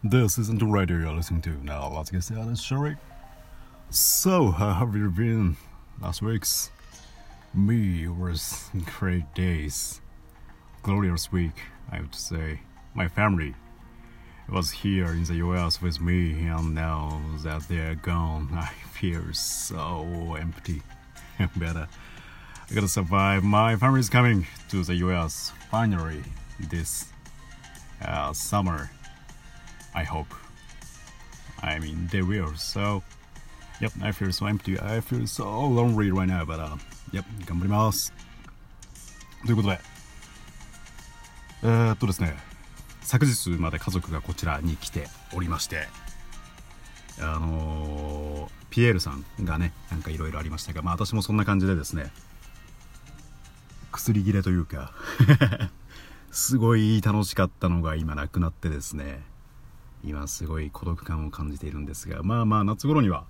This isn't the radio you're listening to. Now let's get started, shall we? So, how have you been last week's? Me was great days. Glorious week, I would say. My family was here in the US with me, and now that they're gone, I feel so empty. But I gotta survive. My family is coming to the US finally this summer. I hope. I mean, they will. So, yep, I feel so empty. I feel so lonely right now. But, yep, 頑張ります。ということで、ですね、昨日まで家族がこちらに来ておりまして、ピエールさんがね、なんかいろいろありましたが、まあ私もそんな感じでですね、薬切れというか、すごい楽しかったのが今なくなってですね、今すごい孤独感を感じているんですが、まあ夏頃には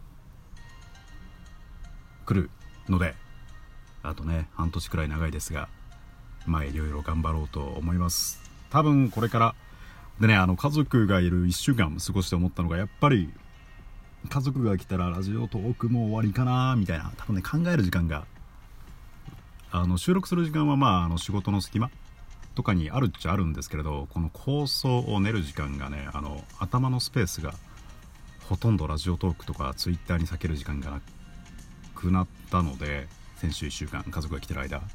来るので、あとね半年くらい長いですが、まあいろいろ頑張ろうと思います。多分これからでね、家族がいる1週間過ごして思ったのが、やっぱり家族が来たらラジオトークもう終わりかなみたいな、多分ね考える時間が、収録する時間はまあ仕事の隙間とかにあるっちゃあるんですけれど、この構想を練る時間がね、頭のスペースがほとんどラジオトークとかツイッターに避ける時間がなくなったので、先週1週間家族が来てる間、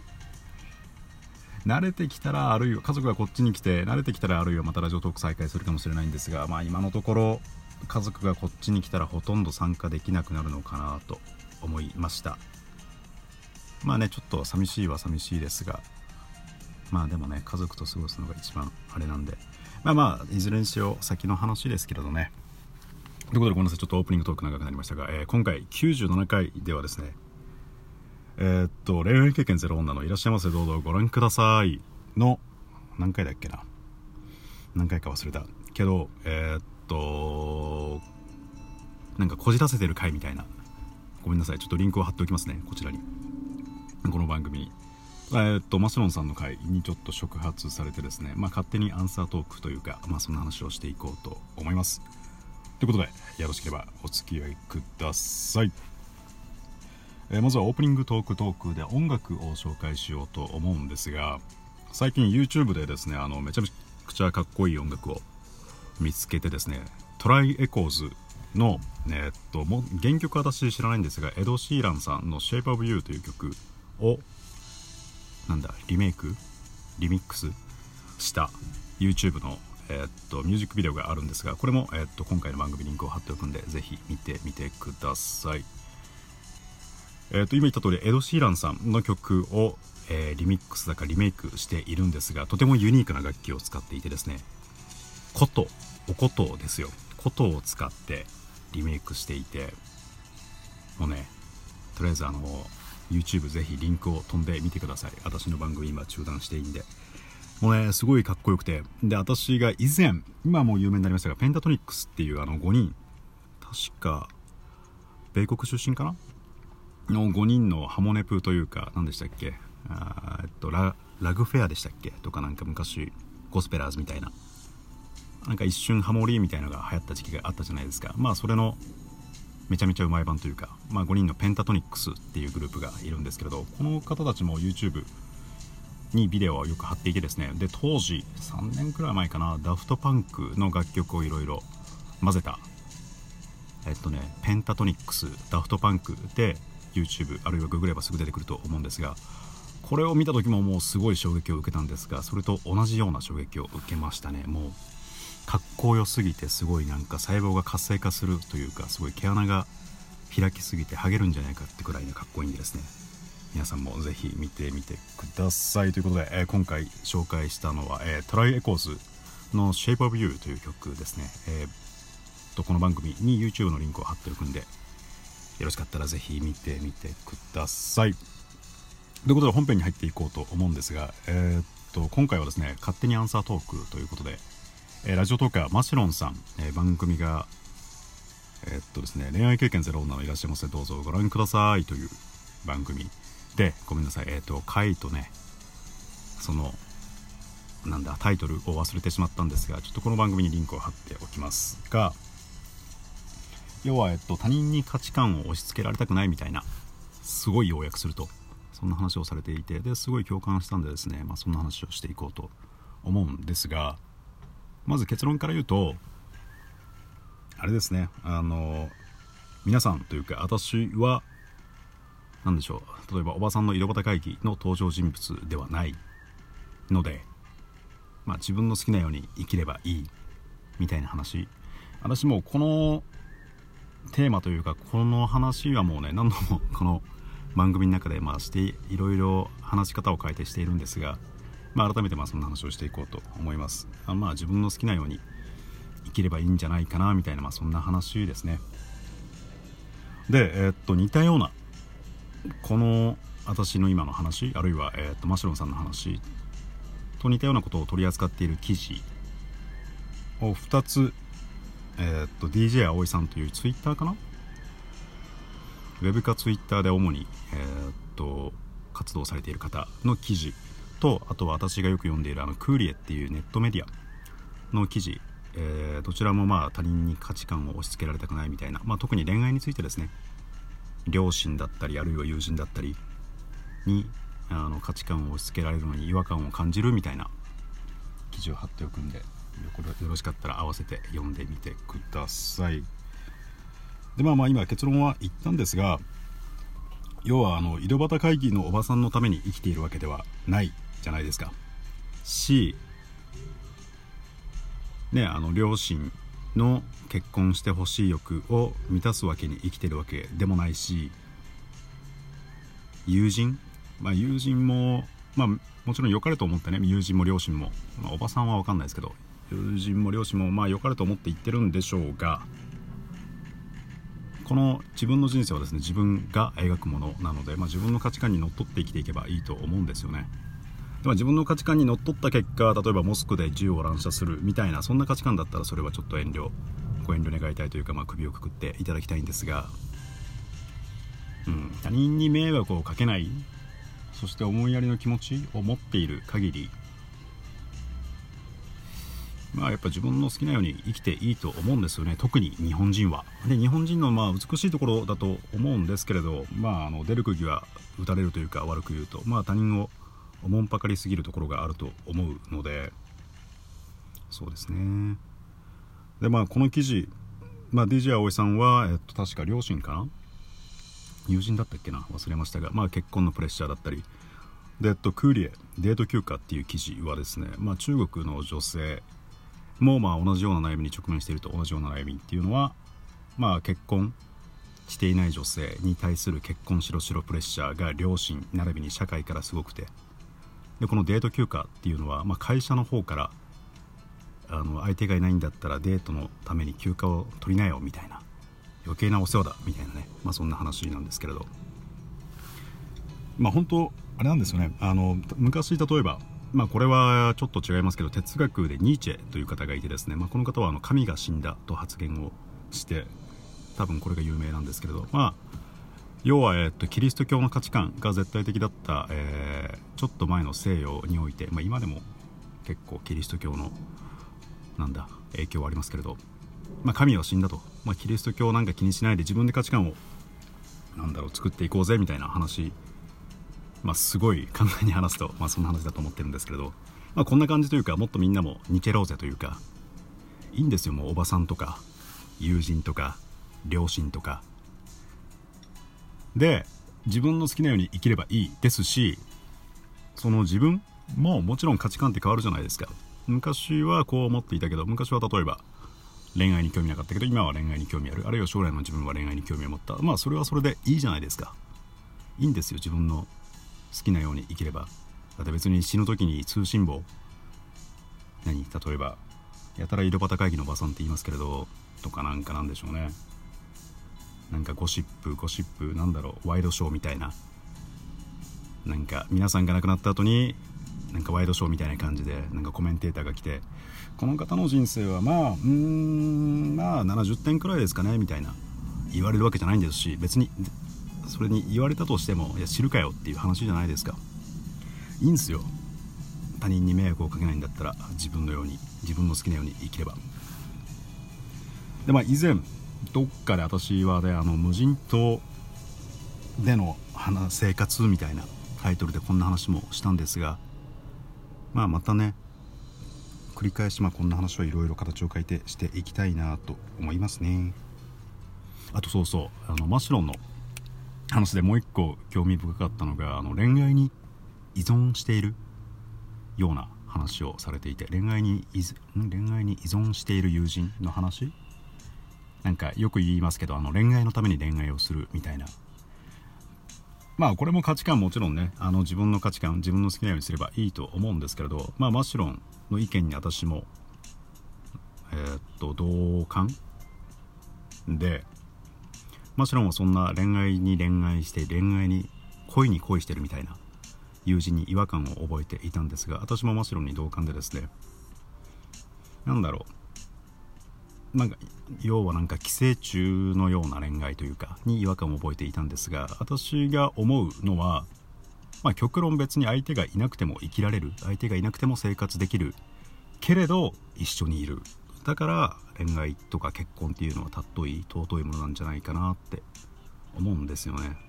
慣れてきたら、あるいは家族がこっちに来て慣れてきたら、あるいはまたラジオトーク再開するかもしれないんですが、まあ今のところ家族がこっちに来たらほとんど参加できなくなるのかなと思いました。まあね、ちょっと寂しいは寂しいですが、まあでもね、家族と過ごすのが一番あれなんで、まあいずれにしろ先の話ですけれどね。ということで、ごめんなさい、ちょっとオープニングトーク長くなりましたが、今回97回ではですね、恋愛経験ゼロ女のいらっしゃいませどうぞご覧くださいの、何回だっけな、何回か忘れたけど、なんかこじらせてる回みたいな、ごめんなさい、ちょっとリンクを貼っておきますね、こちらに、この番組に。マシロンさんの回にちょっと触発されてですね、まあ勝手にアンサートークというか、まあそんな話をしていこうと思います。ということで、よろしければお付き合いください。まずはオープニングトークで音楽を紹介しようと思うんですが、最近 YouTube でですね、めちゃくちゃかっこいい音楽を見つけてですね、トライエコーズの、もう原曲は私知らないんですが、エド・シーランさんの Shape of You という曲をリミックスした YouTube の、ミュージックビデオがあるんですが、これも、今回の番組リンクを貼っておくんで、ぜひ見てみてください。今言った通り、エド・シーランさんの曲を、リミックスだかリメイクしているんですが、とてもユニークな楽器を使っていてですね、お琴ですよ。琴を使ってリメイクしていて、もうね、とりあえずYouTube ぜひリンクを飛んでみてください。私の番組今中断していいんで、もうねすごいかっこよくて、で私が以前、今もう有名になりましたが、ペンタトニックスっていう5人、確か米国出身かなの5人のハモネプというか、何でしたっけ、ラグフェアでしたっけとか、なんか昔ゴスペラーズみたいな、なんか一瞬ハモリーみたいなのが流行った時期があったじゃないですか。まあそれのめちゃめちゃうまい版というか、まあ5人のペンタトニックスっていうグループがいるんですけれど、この方たちも YouTube にビデオをよく貼っていてですね、で当時3年くらい前かな、ダフトパンクの楽曲をいろいろ混ぜたペンタトニックスダフトパンクで YouTube あるいはググればすぐ出てくると思うんですが、これを見た時ももうすごい衝撃を受けたんですが、それと同じような衝撃を受けましたね。もうかっこよすぎて、すごいなんか細胞が活性化するというか、すごい毛穴が開きすぎて剥げるんじゃないかってくらいのかっこいいんでですね、皆さんもぜひ見てみてください。ということで、今回紹介したのは、トライエコーズの Shape of You という曲ですね。この番組に YouTube のリンクを貼っておくんで、よろしかったらぜひ見てみてください。ということで本編に入っていこうと思うんですが、今回はですね、勝手にアンサートークということで、ラジオトーカーマシロンさん、番組がですね、恋愛経験ゼロ女のいらっしゃいませどうぞご覧くださいという番組で、ごめんなさい、回とね、そのタイトルを忘れてしまったんですが、ちょっとこの番組にリンクを貼っておきますが、要は他人に価値観を押し付けられたくないみたいな、すごい要約するとそんな話をされていて、ですごい共感したんでですね、そんな話をしていこうと思うんですが、まず結論から言うとあれですね、皆さんというか私は何でしょう、例えばおばさんの井戸端会議の登場人物ではないので、自分の好きなように生きればいいみたいな話、私もこのテーマというかこの話はもうね、何度もこの番組の中でしていろいろ話し方を変えてしているんですが、改めてそんな話をしていこうと思います。自分の好きなように生きればいいんじゃないかなみたいな、そんな話ですね。で、似たようなこの私の今の話、あるいは、マシュロンさんの話と似たようなことを取り扱っている記事を2つ、DJ 葵さんというツイッターかな、ウェブかツイッターで主に、活動されている方の記事と、あとは私がよく読んでいるクーリエっていうネットメディアの記事、どちらも他人に価値観を押し付けられたくないみたいな、特に恋愛についてですね、両親だったりあるいは友人だったりに価値観を押し付けられるのに違和感を感じるみたいな記事を貼っておくんで、よろしかったら合わせて読んでみてください。で今結論は言ったんですが、要は井戸端会議のおばさんのために生きているわけではないじゃないですかしね、両親の結婚してほしい欲を満たすわけに生きてるわけでもないし、友人ももちろん良かれと思ってね、友人も両親も、おばさんは分かんないですけど、友人も両親も良かれと思って言ってるんでしょうが、この自分の人生はですね、自分が描くものなので、自分の価値観にのっとって生きていけばいいと思うんですよね。で自分の価値観にのっとった結果、例えばモスクで銃を乱射するみたいな、そんな価値観だったらそれはちょっとご遠慮願いたいというか、首をくくっていただきたいんですが、他人に迷惑をかけない、そして思いやりの気持ちを持っている限り、やっぱ自分の好きなように生きていいと思うんですよね。特に日本人は。で日本人の美しいところだと思うんですけれど、出る釘は打たれるというか、悪く言うと他人をおもんぱかりすぎるところがあると思うので、そうですね。でこの記事、DJ 葵さんは、確か両親かな、友人だったっけな、忘れましたが、結婚のプレッシャーだったりで、クーリエデート休暇っていう記事はですね、中国の女性も同じような悩みに直面していると。同じような悩みっていうのは、結婚していない女性に対する結婚しろしろプレッシャーが両親並びに社会からすごくて、でこのデート休暇っていうのは、会社の方から相手がいないんだったらデートのために休暇を取りなよみたいな、余計なお世話だみたいなね、そんな話なんですけれど、本当あれなんですよね。昔例えば、これはちょっと違いますけど、哲学でニーチェという方がいてですね、この方は神が死んだと発言をして、多分これが有名なんですけれど、要は、キリスト教の価値観が絶対的だった、ちょっと前の西洋において、今でも結構キリスト教の影響はありますけれど、神は死んだと、キリスト教なんか気にしないで自分で価値観を作っていこうぜみたいな話、すごい簡単に話すと、そんな話だと思ってるんですけれど、こんな感じというか、もっとみんなも似てろうぜというか、いいんですよ。もうおばさんとか友人とか両親とかで自分の好きなように生きればいいですし、その自分ももちろん価値観って変わるじゃないですか。昔はこう思っていたけど、昔は例えば恋愛に興味なかったけど今は恋愛に興味ある、あるいは将来の自分は恋愛に興味を持った。それはそれでいいじゃないですか。いいんですよ、自分の好きなように生きれば。だって別に死ぬ時に通信簿例えばやたら井戸端会議のおばさんって言いますけれど、とかなんでしょうね、ゴシップワイドショーみたいな、皆さんが亡くなった後にワイドショーみたいな感じでコメンテーターが来て、この方の人生は70点くらいですかねみたいな言われるわけじゃないんですし、別にそれに言われたとしても、いや知るかよっていう話じゃないですか。いいんですよ。 他人に迷惑をかけないんだったら自分の好きなように生きれば。で以前どっかで私はね無人島での生活みたいなタイトルでこんな話もしたんですが、またね繰り返しこんな話はいろいろ形を変えてしていきたいなと思いますね。あとマシュロンの話でもう一個興味深かったのが恋愛に依存しているような話をされていて、恋愛に依存している友人の話、なんかよく言いますけど恋愛のために恋愛をするみたいな、これも価値観もちろんね自分の価値観自分の好きなようにすればいいと思うんですけれど、マシュロンの意見に私も同感で、マシュロンはそんな恋愛にして恋に恋してるみたいな友人に違和感を覚えていたんですが、私もマシュロンに同感でですね、要は寄生虫のような恋愛というかに違和感を覚えていたんですが、私が思うのは極論別に相手がいなくても生きられる、相手がいなくても生活できるけれど一緒にいる、だから恋愛とか結婚っていうのは尊いものなんじゃないかなって思うんですよね。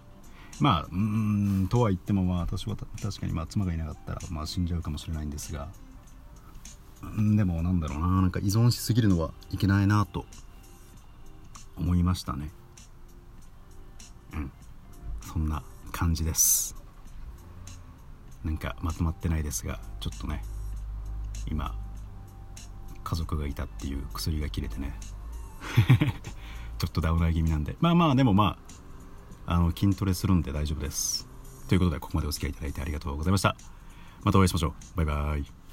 とは言っても私は確かに妻がいなかったら死んじゃうかもしれないんですが、でも依存しすぎるのはいけないなと思いましたね。そんな感じです。まとまってないですが、ちょっとね今家族がいたっていう薬が切れてねちょっとダウナー気味なんで、でも筋トレするんで大丈夫です。ということでここまでお付き合いいただいてありがとうございました。またお会いしましょう。バイバイ。